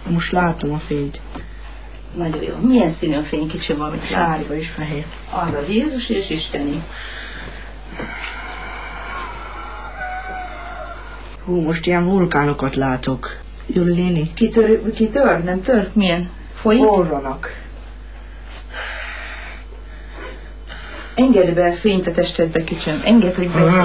Most látom a fényt. Nagyon jó. Milyen színű a fény, kicsi van, mit látsz? Sárga és fehér. Az az Jézus és Isteni. Hú, most ilyen vulkánokat látok. Jön Léni. Kitör? Nem tör? Milyen? Folyik? Forranak. Engedd be a fényt a testedbe, kicsem. Engedd, hogy be.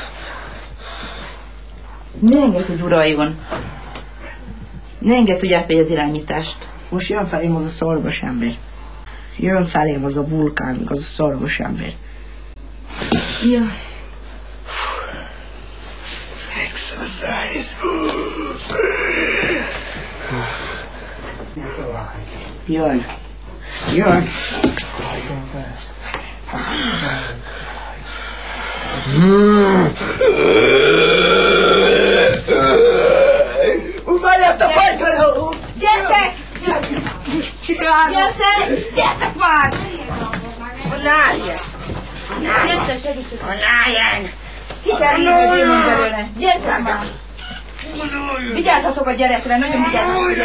Ne engedd, hogy uraljon. Ne engedd, hogy átvegy az irányítást. Most jön felém az a szarvas ember. Jön felém az a vulkán, az a szarvas ember. Ja. Exercise. Jön. Jön. Várját a fajkaró! Gyertek! Gyertek már! Náljen! Gyertek, segítsük! Náljen! Ki kell írni a démon belőle! Gyertek már! Vigyázzatok a gyerekre, nagyon vigyázzatok a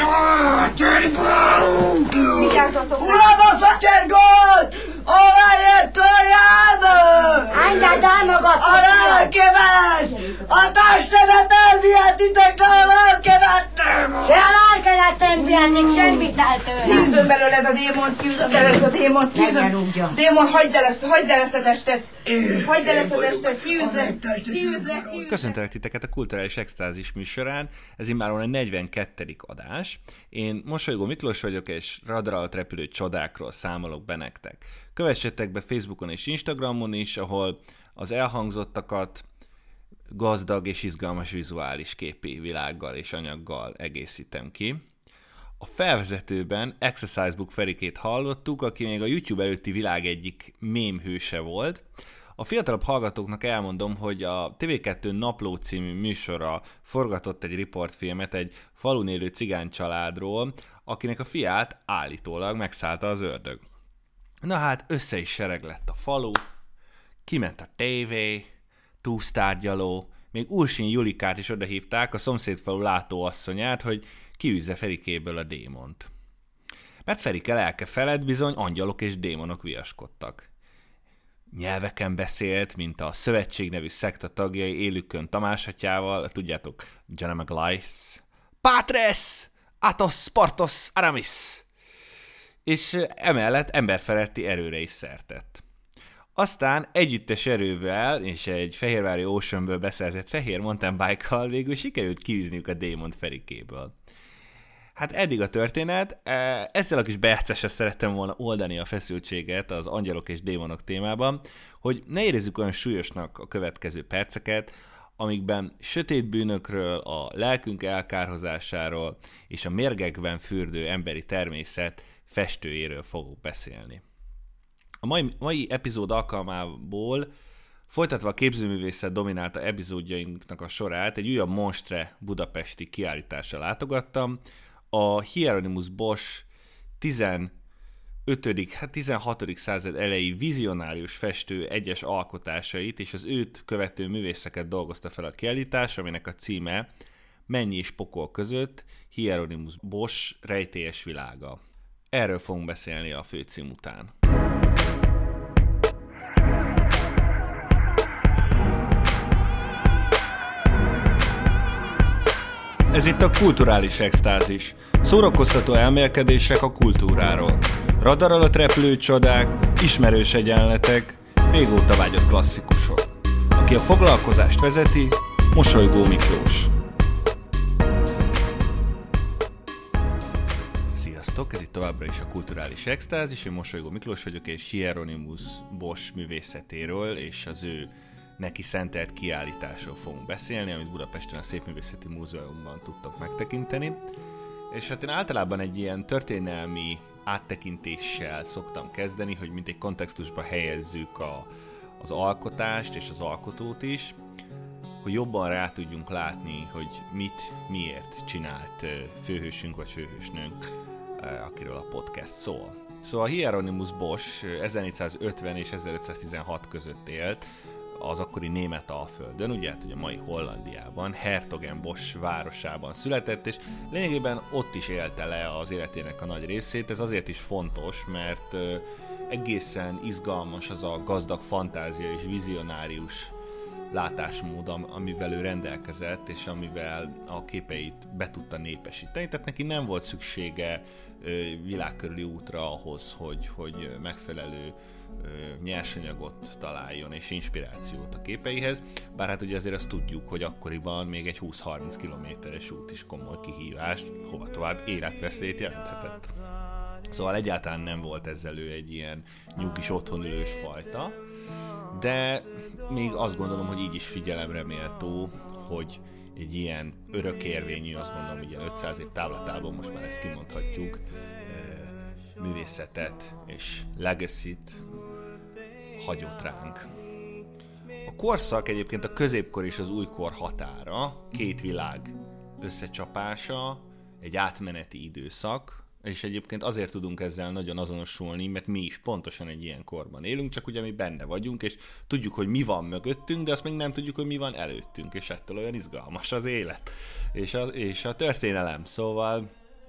gyerekre! Vigyázzatok! Uram a fekergót! Amelyen tojába! Engedd el magad! A lelkemet! A testemet elvihetitek a lelkemet! Se a lelkedet nem vihetik semmit el tőlem! Kiűzöm belőled a démont, kiűzöm belőled a démont, kiűzöm! Démon, hagyd el ezt a testet! Hagyd el ezt a testet, kiűzlek! Köszöntelek titeket a Kulturális Extázis műsorán, ez immáron a 42. adás. Én Mosolygó Miklós vagyok, és radar alatt repülő csodákról számolok be nektek. Kövessetek be Facebookon és Instagramon is, ahol az elhangzottakat gazdag és izgalmas vizuális képi világgal és anyaggal egészítem ki. A felvezetőben Exercise Book Ferikét hallottuk, aki még a YouTube előtti világ egyik mémhőse volt. A fiatalabb hallgatóknak elmondom, hogy a TV2 Napló című műsora forgatott egy riportfilmet egy falun élő cigány családról, akinek a fiát állítólag megszállta az ördög. Na hát, össze is sereg lett a falu, kiment a tévé, túsztárgyaló, még Ursin Julikát is odahívták, a szomszédfalu látóasszonyát, hogy kiűzze Ferikéből a démont. Mert Ferike lelke felett bizony angyalok és démonok viaskodtak. Nyelveken beszélt, mint a Szövetség nevű szekta tagjai Élükön Tamás atyával, tudjátok, Gianna Maglice, Patres, Athos, Spartos, Aramis, és emellett emberfeletti erőre is szert tett. Aztán együttes erővel és egy fehérvári Oceanből beszerzett fehér mountain bike-kal végül sikerült kiűzniük a démont Ferikéből. Hát eddig a történet, ezzel a kis bejátszással szerettem volna oldani a feszültséget az angyalok és démonok témában, hogy ne érezzük olyan súlyosnak a következő perceket, amikben sötét bűnökről, a lelkünk elkárhozásáról és a mérgekben fürdő emberi természet festőjéről fogok beszélni. A mai epizód alkalmából folytatva a képzőművészet dominálta epizódjainknak a sorát egy újabb Monstre budapesti kiállításra látogattam. A Hieronymus Bosch 16. század elejé vizionárius festő egyes alkotásait és az őt követő művészeket dolgozta fel a kiállítás, aminek a címe Mennyi és pokol között, Hieronymus Bosch rejtélyes világa. Erről fogunk beszélni a főcím után. Ez itt a Kulturális Extázis. Szórakoztató elmélkedések a kultúráról. Radar alatt repülő csodák, ismerős egyenletek, régóta vágyott klasszikusok. Aki a foglalkozást vezeti, Mosolygó Miklós. Sziasztok, ez itt továbbra is a Kulturális Extázis, én Mosolygó Miklós vagyok, és Hieronymus Bosch művészetéről és az ő neki szentelt kiállításról fogunk beszélni, amit Budapesten a Szépművészeti Múzeumban tudtok megtekinteni. És hát én általában egy ilyen történelmi áttekintéssel szoktam kezdeni, hogy mint egy kontextusba helyezzük az alkotást és az alkotót is, hogy jobban rá tudjunk látni, hogy mit, miért csinált főhősünk vagy főhősnőnk, akiről a podcast szól. Szóval Hieronymus Bosch 1450 és 1516 között élt, az akkori Németalföldön, ugye hát ugye mai Hollandiában, Hertogenbosch városában született, és lényegében ott is élte le az életének a nagy részét. Ez azért is fontos, mert egészen izgalmas az a gazdag fantázia és vizionárius látásmód, amivel ő rendelkezett, és amivel a képeit be tudta népesíteni. Tehát neki nem volt szüksége világkörüli útra ahhoz, hogy megfelelő nyersanyagot találjon és inspirációt a képeihez, bár hát ugye azért azt tudjuk, hogy akkoriban még egy 20-30 kilométeres út is komoly kihívást, hova tovább életveszélyt jelenthetett. Szóval egyáltalán nem volt ezzel ő egy ilyen nyugis otthonülős fajta, de még azt gondolom, hogy így is figyelemre méltó, hogy egy ilyen örökérvényű, azt gondolom, hogy ilyen 500 év távlatában most már ezt kimondhatjuk, művészetet és legacy-t hagyott ránk. A korszak egyébként a középkor és az újkor határa, két világ összecsapása, egy átmeneti időszak, és egyébként azért tudunk ezzel nagyon azonosulni, mert mi is pontosan egy ilyen korban élünk, csak ugye mi benne vagyunk, és tudjuk, hogy mi van mögöttünk, de azt még nem tudjuk, hogy mi van előttünk, és ettől olyan izgalmas az élet, és a történelem. Szóval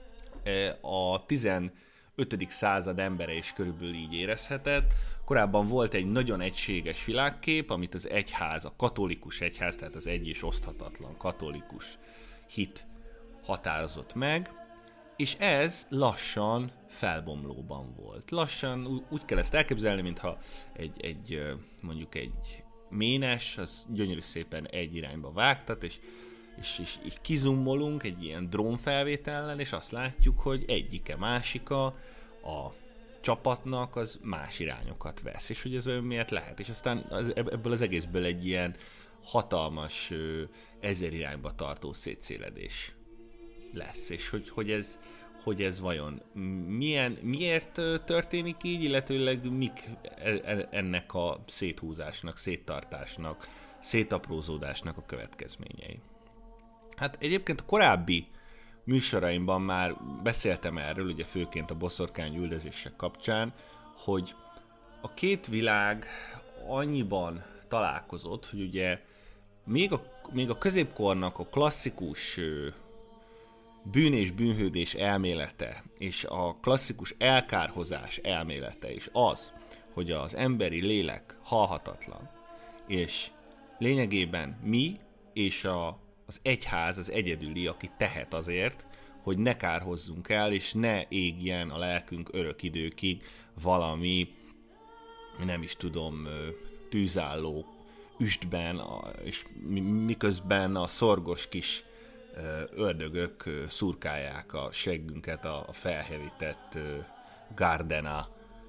a 15. század embere is körülbelül így érezhetett. Korábban volt egy nagyon egységes világkép, amit az egyház, a katolikus egyház, tehát az egy és oszthatatlan katolikus hit határozott meg, és ez lassan felbomlóban volt. Lassan úgy kell ezt elképzelni, mintha mondjuk egy ménes, az gyönyörű szépen egy irányba vágtat, és így kizummolunk egy ilyen drónfelvétellen, és azt látjuk, hogy egyike másika a csapatnak az más irányokat vesz, és hogy ez olyan miért lehet. És aztán ebből az egészből egy ilyen hatalmas 1000 irányba tartó szétszéledés lesz, és hogy ez vajon miért történik így, illetőleg mik ennek a széthúzásnak, széttartásnak, szétaprózódásnak a következményei. Hát egyébként a korábbi műsoraimban már beszéltem erről, ugye főként a boszorkány üldözések kapcsán, hogy a két világ annyiban találkozott, hogy ugye még a középkornak a klasszikus bűn és bűnhődés elmélete, és a klasszikus elkárhozás elmélete is az, hogy az emberi lélek halhatatlan, és lényegében mi és az egyház az egyedüli, aki tehet azért, hogy ne kárhozzunk el, és ne égjen a lelkünk örök időkig valami, nem is tudom, tűzálló üstben, és miközben a szorgos kis ördögök szurkálják a seggünket a felhevített Gardena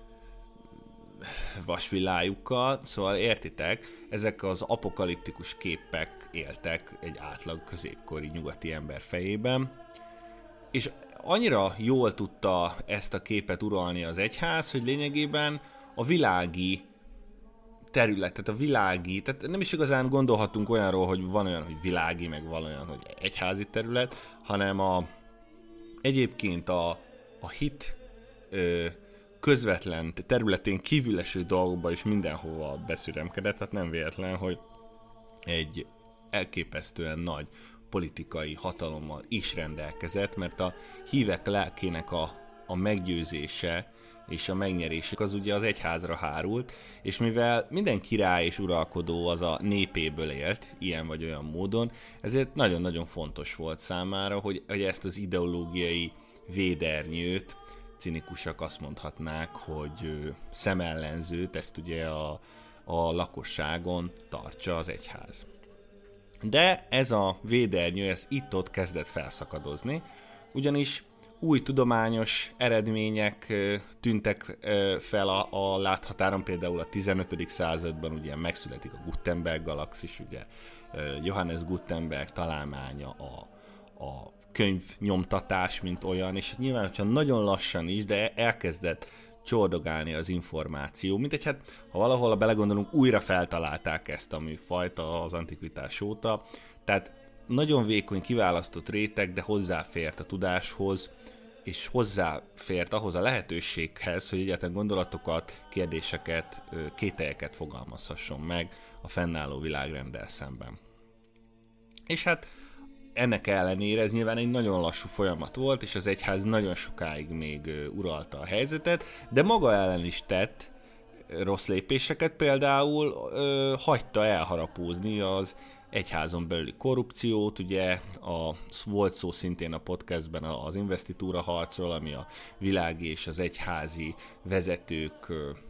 vasvillájukkal, szóval értitek, ezek az apokaliptikus képek éltek egy átlag középkori nyugati ember fejében, és annyira jól tudta ezt a képet uralni az egyház, hogy lényegében a világi területet, tehát nem is igazán gondolhatunk olyanról, hogy van olyan, hogy világi, meg van olyan, hogy egyházi terület, hanem egyébként a hit közvetlen területén kívül eső dolgokba is mindenhova beszüremkedett, tehát nem véletlen, hogy egy elképesztően nagy politikai hatalommal is rendelkezett, mert a hívek lelkének a meggyőzése és a megnyerések az ugye az egyházra hárult, és mivel minden király és uralkodó az a népéből élt, ilyen vagy olyan módon, ezért nagyon-nagyon fontos volt számára, hogy ezt az ideológiai védernyőt, cinikusak azt mondhatnák, hogy szemellenzőt, ezt ugye a lakosságon tartsa az egyház. De ez a védernyő, ez itt-ott kezdett felszakadozni, ugyanis új tudományos eredmények tűntek fel a láthatáron, például a 15. században ugye megszületik a Gutenberg galaxis, ugye Johannes Gutenberg találmánya a könyvnyomtatás, mint olyan, és nyilván, hogyha nagyon lassan is, de elkezdett csordogálni az információ, mintegy, hát ha valahol belegondolunk, újra feltalálták ezt a műfajt az antikvitás óta, tehát nagyon vékony, kiválasztott réteg, de hozzáfért a tudáshoz, és hozzáfért ahhoz a lehetőséghez, hogy egyáltalán gondolatokat, kérdéseket, kételyeket fogalmazhasson meg a fennálló világrenddel szemben. És hát ennek ellenére ez nyilván egy nagyon lassú folyamat volt, és az egyház nagyon sokáig még uralta a helyzetet, de maga ellen is tett rossz lépéseket, például hagyta elharapózni az egyházon belüli korrupciót, ugye volt szó szintén a podcastben az investitúra harcról, ami a világi és az egyházi vezetők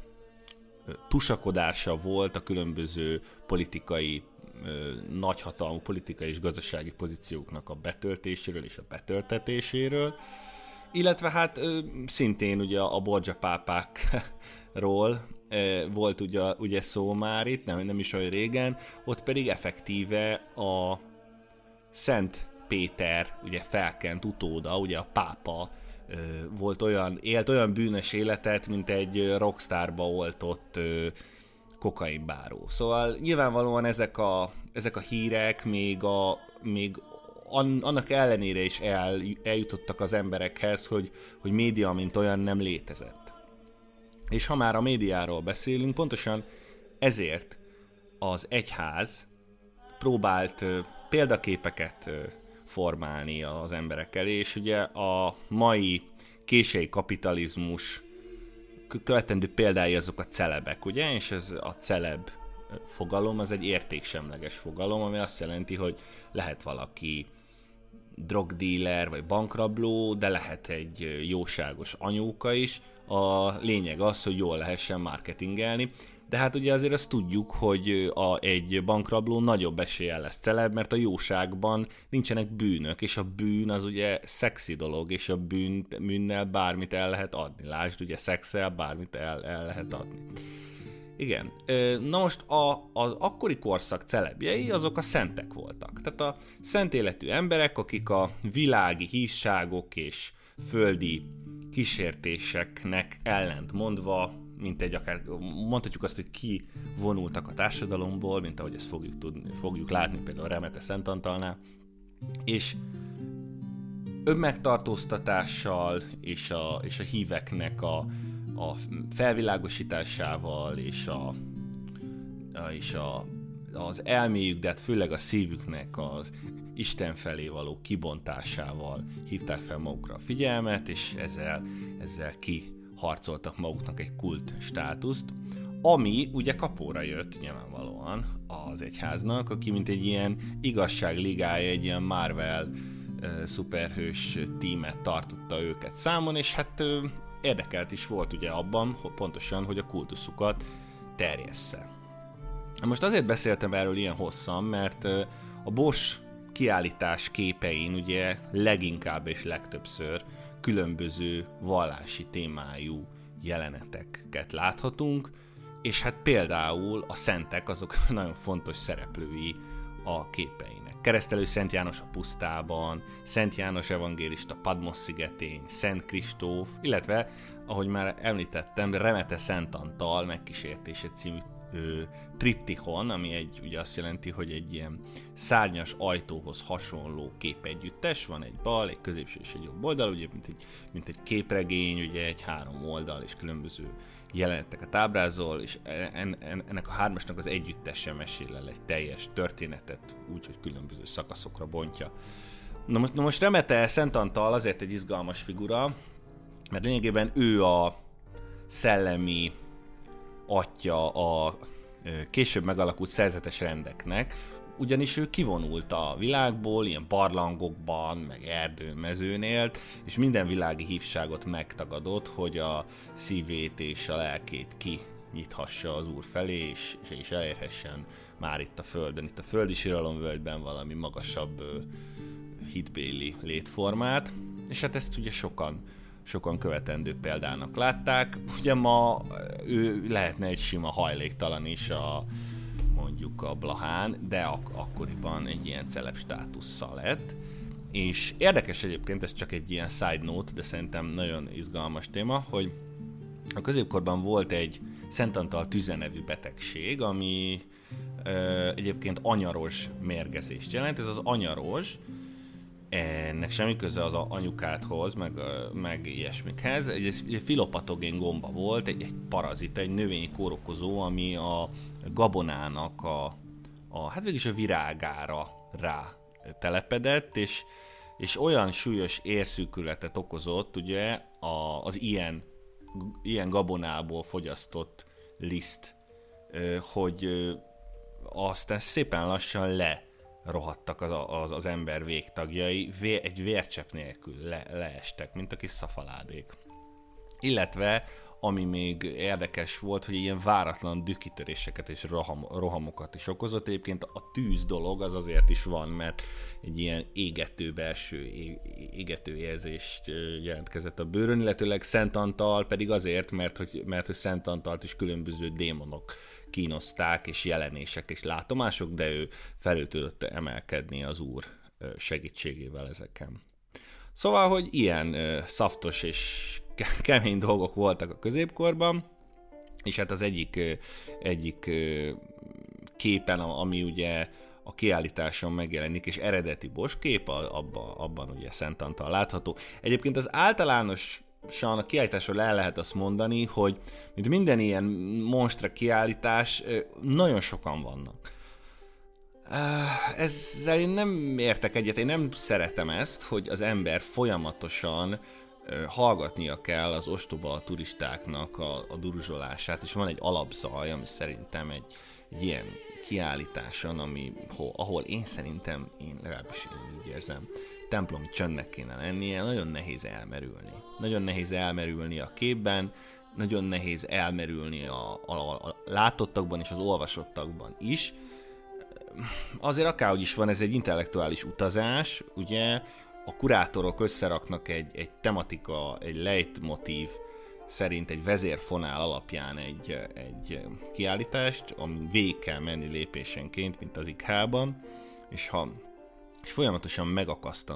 tusakodása volt a különböző politikai, nagyhatalmú politikai és gazdasági pozícióknak a betöltéséről és a betöltetéséről, illetve hát szintén ugye a Borgia pápákról volt ugye szó már itt, nem is olyan régen, ott pedig effektíve a Szent Péter ugye felkent utóda, ugye a pápa élt olyan bűnös életet, mint egy rockstárba oltott kokainbáró. Szóval nyilvánvalóan ezek a hírek még annak ellenére is eljutottak az emberekhez, hogy média mint olyan nem létezett. És ha már a médiáról beszélünk, pontosan ezért az egyház próbált példaképeket formálni az emberek elé, és ugye a mai késői kapitalizmus követendő példái azok a celebek, ugye? És ez a celeb fogalom, az egy értéksemleges fogalom, ami azt jelenti, hogy lehet valaki drogdíler vagy bankrabló, de lehet egy jóságos anyóka is. A lényeg az, hogy jól lehessen marketingelni, de hát ugye azért azt tudjuk, hogy egy bankrabló nagyobb eséllyel lesz celeb, mert a jóságban nincsenek bűnök, és a bűn az ugye szexi dolog, és a bűnnel bármit el lehet adni. Lásd, ugye szexel bármit el lehet adni. Igen. Na most az akkori korszak celebjei azok a szentek voltak. Tehát a szent életű emberek, akik a világi hívságok és földi kísértéseknek ellent mondva, mint egy akár, mondhatjuk azt, hogy kivonultak a társadalomból, mint ahogy ezt fogjuk látni például Remete Szent Antalnál, és önmegtartóztatással és a híveknek a felvilágosításával és az elméjük, de hát főleg a szívüknek az Isten felé való kibontásával hívták fel magukra a figyelmet, és ezzel kiharcoltak maguknak egy kult státuszt, ami ugye kapóra jött nyilvánvalóan az egyháznak, aki mint egy ilyen igazságligája, egy ilyen Marvel szuperhős tímet tartotta őket számon, és hát érdekelt is volt ugye abban pontosan, hogy a kultuszukat terjessze. Most azért beszéltem erről ilyen hosszan, mert a Bosch kiállítás képein ugye leginkább és legtöbbször különböző vallási témájú jeleneteket láthatunk, és hát például a szentek azok nagyon fontos szereplői a képeinek. Keresztelő Szent János a pusztában, Szent János evangélista Padmos szigetén, Szent Kristóf, illetve, ahogy már említettem, Remete Szent Antal megkísértése című triptikon, ami ugye azt jelenti, hogy egy ilyen szárnyas ajtóhoz hasonló képegyüttes, van egy bal, egy középső és egy jobb oldal, ugye mint egy képregény, ugye egy 3 oldal és különböző jeleneteket ábrázol, és ennek a 3-asnak az együttese mesél el egy teljes történetet, úgyhogy különböző szakaszokra bontja. Na most Remete Szent Antal azért egy izgalmas figura, mert lényegében ő a szellemi atya a később megalakult szerzetes rendeknek, ugyanis ő kivonult a világból, ilyen barlangokban, meg erdőn, mezőn élt, és minden világi hívságot megtagadott, hogy a szívét és a lelkét kinyithassa az Úr felé, és elérhessen már itt a Földön, itt a földi siralomvölgyben valami magasabb hitbéli létformát, és hát ezt ugye sokan követendő példának látták. Ugye ma ő lehetne egy sima hajléktalan is mondjuk a Blahán, de akkoriban egy ilyen celeb státusszal lett. És érdekes egyébként, ez csak egy ilyen side note, de szerintem nagyon izgalmas téma, hogy a középkorban volt egy Szent Antal tüze nevű betegség, ami egyébként anyaros mérgezést jelent. Ez az anyaros, ennek semmi köze az anyukádhoz, meg ilyesmikhez. Egy filopatogén gomba volt, egy parazita, egy növényi kórokozó, ami a gabonának hát végülis a virágára rá telepedett, és olyan súlyos érszűkületet okozott, ugye, az ilyen gabonából fogyasztott liszt, hogy aztán szépen lassan lerohadtak az ember végtagjai, egy vércsepp nélkül leestek, mint a kis szafaládék. Illetve, ami még érdekes volt, hogy ilyen váratlan dükkitöréseket és rohamokat is okozott. Egyébként a tűz dolog az azért is van, mert egy ilyen égető belső égető érzést jelentkezett a bőrön, illetőleg Szent Antal pedig azért, mert hogy Szent Antalt is különböző démonok kínozták, és jelenések és látomások, de ő felül tudott emelkedni az Úr segítségével ezeken. Szóval, hogy ilyen szaftos és kemény dolgok voltak a középkorban, és hát az egyik képen, ami ugye a kiállításon megjelenik, és eredeti boskép, abban ugye Szent Antal látható. Egyébként az általánosan a kiállításról el lehet azt mondani, hogy mint minden ilyen monstra kiállítás, nagyon sokan vannak. Ezzel én nem értek egyet, én nem szeretem ezt, hogy az ember folyamatosan hallgatnia kell az ostoba turistáknak a duruzsolását, és van egy alapzaj, ami szerintem egy ilyen kiállításon, ahol én legalábbis én így érzem, templomi csöndnek kéne lennie, nagyon nehéz elmerülni. Nagyon nehéz elmerülni a képben, nagyon nehéz elmerülni a látottakban és az olvasottakban is. Azért akárhogy is van, ez egy intellektuális utazás, ugye, a kurátorok összeraknak egy tematika, egy leitmotív szerint egy vezérfonál alapján egy kiállítást, ami végig kell menni lépésenként, mint az IKH-ban, és folyamatosan megakaszt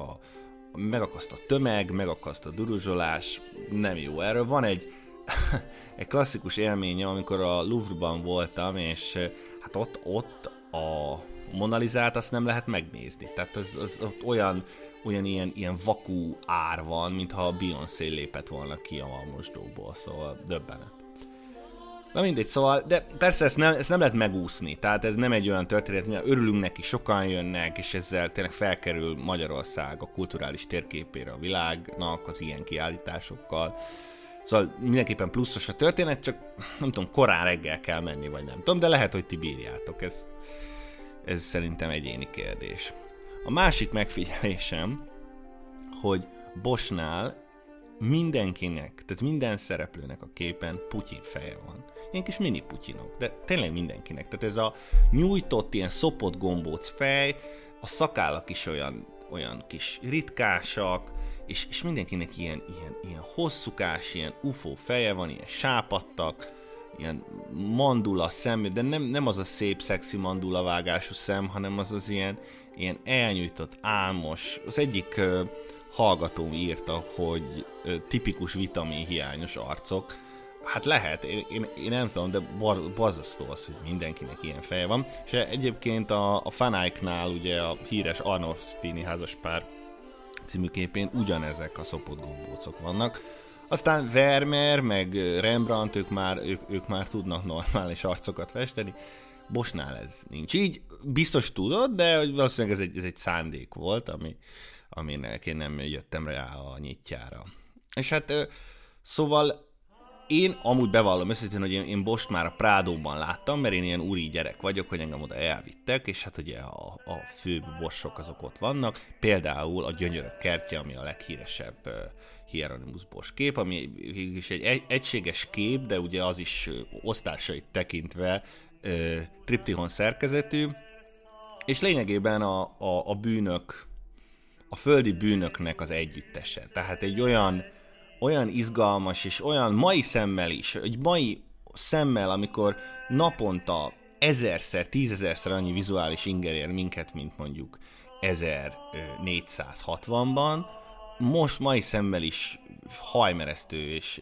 a tömeg, megakaszt a duruzsolás, nem jó. Erről van egy klasszikus élményem, amikor a Louvre-ban voltam, és hát ott a Mona Lisát azt nem lehet megnézni. Tehát az ott olyan ilyen vakú ár van, mintha a Beyoncé lépett volna ki a mosdóból, szóval döbbenet. Na mindegy, szóval, de persze ezt nem lehet megúszni, tehát ez nem egy olyan történet, mert örülünk neki, sokan jönnek, és ezzel tényleg felkerül Magyarország a kulturális térképére a világnak, az ilyen kiállításokkal. Szóval mindenképpen pluszos a történet, csak nem tudom, korán reggel kell menni, vagy nem tudom, de lehet, hogy ti bírjátok, ez szerintem egyéni kérdés. A másik megfigyelésem, hogy Bosnál mindenkinek, tehát minden szereplőnek a képen Putyin feje van. Ilyen kis mini Putyinok, de tényleg mindenkinek. Tehát ez a nyújtott, ilyen szopott gombóc fej, a szakállak is olyan kis ritkásak, és mindenkinek ilyen hosszúkás, ilyen UFO feje van, ilyen sápadtak, ilyen mandula szemű, de nem az a szép, szexi mandula vágású szem, hanem az ilyen elnyújtott, álmos. Az egyik hallgatóm írta, hogy tipikus vitaminhiányos arcok. Hát lehet, én nem tudom, de borzasztó az, hogy mindenkinek ilyen feje van. És egyébként a Fanike-nál ugye a híres Arnolfini házaspár című képén ugyanezek a szopott gombócok vannak. Aztán Vermeer, meg Rembrandt, ők már tudnak normális arcokat festeni. Bosnál ez nincs így. Biztos tudod, de valószínűleg ez egy szándék volt, aminek én nem jöttem rá a nyitjára. És hát szóval én amúgy bevallom őszintén, hogy én Bost már a Prádóban láttam, mert én ilyen úri gyerek vagyok, hogy engem oda elvittek, és hát ugye a főbb borsok azok ott vannak. Például a Gyönyörök kertje, ami a leghíresebb Hieronymus Bosch kép, ami is egy egységes kép, de ugye az is osztásait tekintve triptihon szerkezetű, és lényegében a bűnök, a földi bűnöknek az együttese. Tehát egy olyan izgalmas, és olyan mai szemmel, amikor naponta 1000-szer, 10.000-szer annyi vizuális inger ér minket, mint mondjuk 1460-ban, most mai szemmel is hajmeresztő és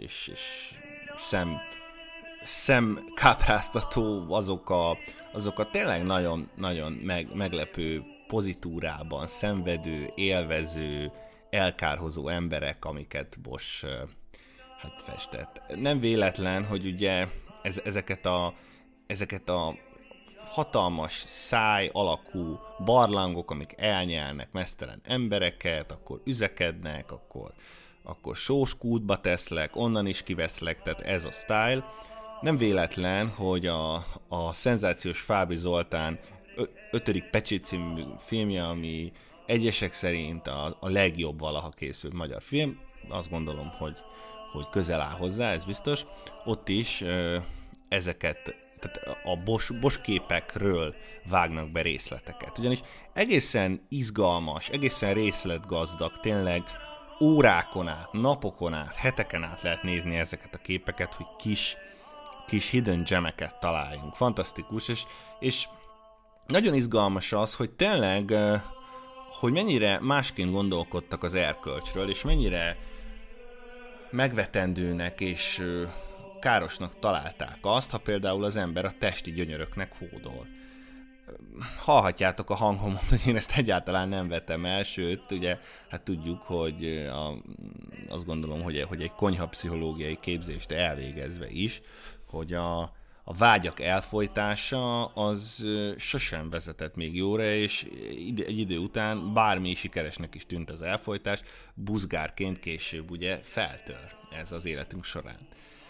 szemkápráztató azok a tényleg nagyon, nagyon meglepő pozitúrában szenvedő, élvező, elkárhozó emberek, amiket Bosch festett. Nem véletlen, hogy ugye ezeket a hatalmas száj alakú barlangok, amik elnyelnek meztelen embereket, akkor üzekednek, akkor sós kútba teszlek, onnan is kiveszlek, tehát ez a style. Nem véletlen, hogy a szenzációs Fábri Zoltán 5. Pecsét című filmje, ami egyesek szerint a legjobb valaha készült magyar film, azt gondolom, hogy közel áll hozzá, ez biztos. Ott is ezeket, tehát a Bosch képekről vágnak be részleteket. Ugyanis egészen izgalmas, egészen részletgazdag, tényleg órákon át, napokon át, heteken át lehet nézni ezeket a képeket, hogy kis hidden gemeket találjunk. Fantasztikus, és nagyon izgalmas az, hogy tényleg, hogy mennyire másként gondolkodtak az erkölcsről, és mennyire megvetendőnek és károsnak találták azt, ha például az ember a testi gyönyöröknek hódol. Hallhatjátok a hangomon, hogy én ezt egyáltalán nem vetem el, sőt, ugye, hát tudjuk, hogy azt gondolom, hogy egy konyhapszichológiai képzést elvégezve is, hogy a vágyak elfojtása az sosem vezetett még jóra, és egy idő után bármi sikeresnek is tűnt az elfojtás, buzgárként később ugye feltör ez az életünk során.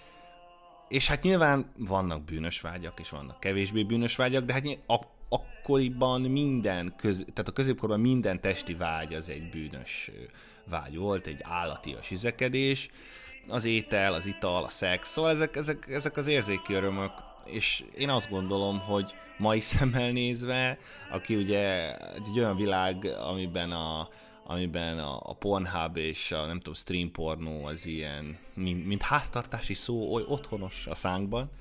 És hát nyilván vannak bűnös vágyak, és vannak kevésbé bűnös vágyak, de hát akkoriban tehát a középkorban minden testi vágy az egy bűnös vágy volt, egy állatias üzekedés, az étel, az ital, a szex, szóval ezek az érzéki örömök, és én azt gondolom, hogy mai szemmel nézve, aki ugye egy olyan világ, amiben a Pornhub és a nem tudom, stream pornó az ilyen, mint háztartási szó, oly otthonos a szánkban,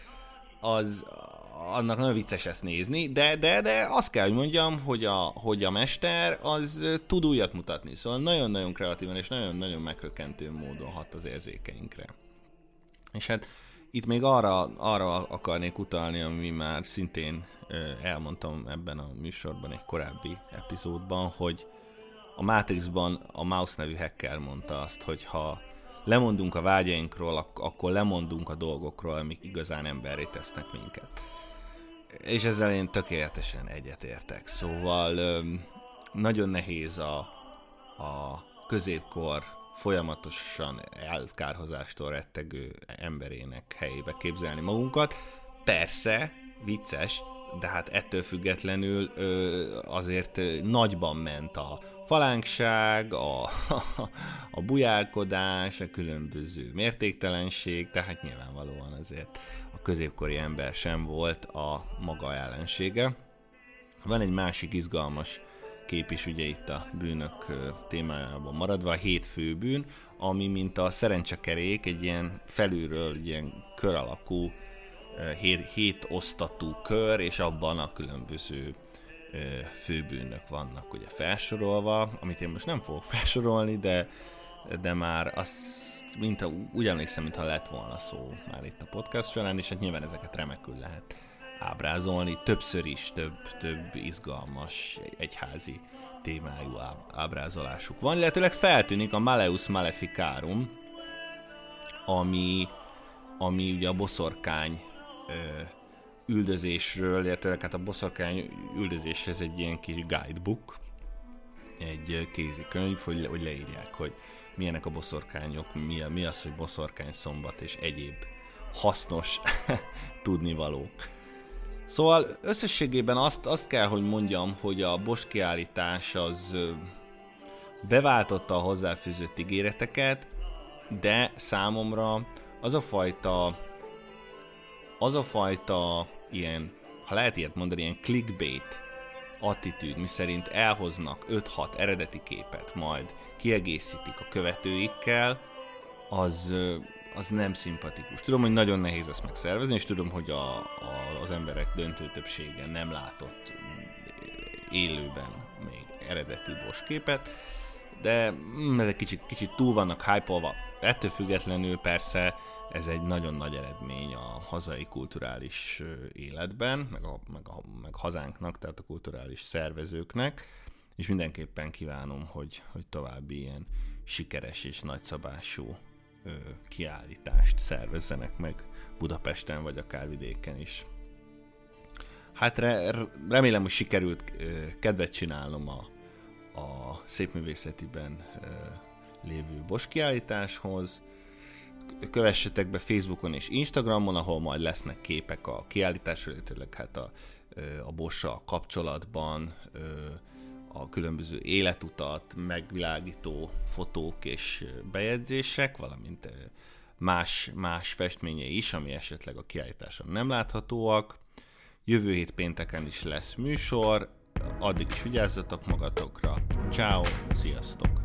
annak nagyon vicces ezt nézni, de azt kell, hogy mondjam, hogy a mester az tud újat mutatni, szóval nagyon-nagyon kreatívan és nagyon-nagyon meghökkentő módon hat az érzékeinkre. És hát itt még arra akarnék utalni, ami már szintén elmondtam ebben a műsorban egy korábbi epizódban, hogy a Matrixban a Mouse nevű hacker mondta azt, hogy ha lemondunk a vágyainkról, akkor lemondunk a dolgokról, amik igazán emberré tesznek minket. És ezzel én tökéletesen egyetértek. Szóval nagyon nehéz a középkor folyamatosan elkárhozástól rettegő emberének helyébe képzelni magunkat. Persze, vicces, de hát ettől függetlenül azért nagyban ment a falánkság, a bujálkodás, a különböző mértéktelenség, tehát nyilvánvalóan azért a középkori ember sem volt a maga ellensége. Van egy másik izgalmas kép is ugye itt a bűnök témájában maradva, a 7 főbűn, ami mint a szerencsekerék egy ilyen felülről egy ilyen kör alakú 7 osztatú kör, és abban a különböző főbűnök vannak ugye felsorolva, amit én most nem fogok felsorolni, de már azt úgy emlékszem, mintha lett volna szó már itt a podcast során, és hát nyilván ezeket remekül lehet ábrázolni, többször is több izgalmas egyházi témájú ábrázolásuk van, illetőleg feltűnik a Malleus Maleficarum, ami ugye a boszorkány üldözésről, illetve hát a boszorkány üldözéshez egy ilyen kis guidebook, egy kézikönyv, hogy leírják, hogy milyenek a boszorkányok, mi az, hogy boszorkány szombat és egyéb hasznos tudnivalók. Szóval összességében azt kell, hogy mondjam, hogy a Bosch kiállítás az beváltotta a hozzáfűzött ígéreteket, de számomra az a fajta ilyen, ha lehet ilyet mondani, ilyen clickbait attitűd, miszerint elhoznak 5-6 eredeti képet, majd kiegészítik a követőikkel, az nem szimpatikus. Tudom, hogy nagyon nehéz ezt megszervezni, és tudom, hogy az emberek döntő többsége nem látott élőben még eredeti Bosch képet, de ezek kicsit túl vannak hype-olva. Ettől függetlenül persze ez egy nagyon nagy eredmény a hazai kulturális életben, meg hazánknak, tehát a kulturális szervezőknek, és mindenképpen kívánom, hogy további ilyen sikeres és nagyszabású kiállítást szervezzenek meg Budapesten, vagy akár vidéken is. Hát remélem, hogy sikerült kedvet csinálnom a Szépművészetiben lévő Bosch kiállításhoz. Kövessetek be Facebookon és Instagramon, ahol majd lesznek képek a kiállításról, illetőleg hát a Bosch-sal kapcsolatban, a különböző életutat megvilágító fotók és bejegyzések, valamint más festményei is, ami esetleg a kiállításon nem láthatóak. Jövő hét pénteken is lesz műsor, addig is vigyázzatok magatokra. Ciao, sziasztok!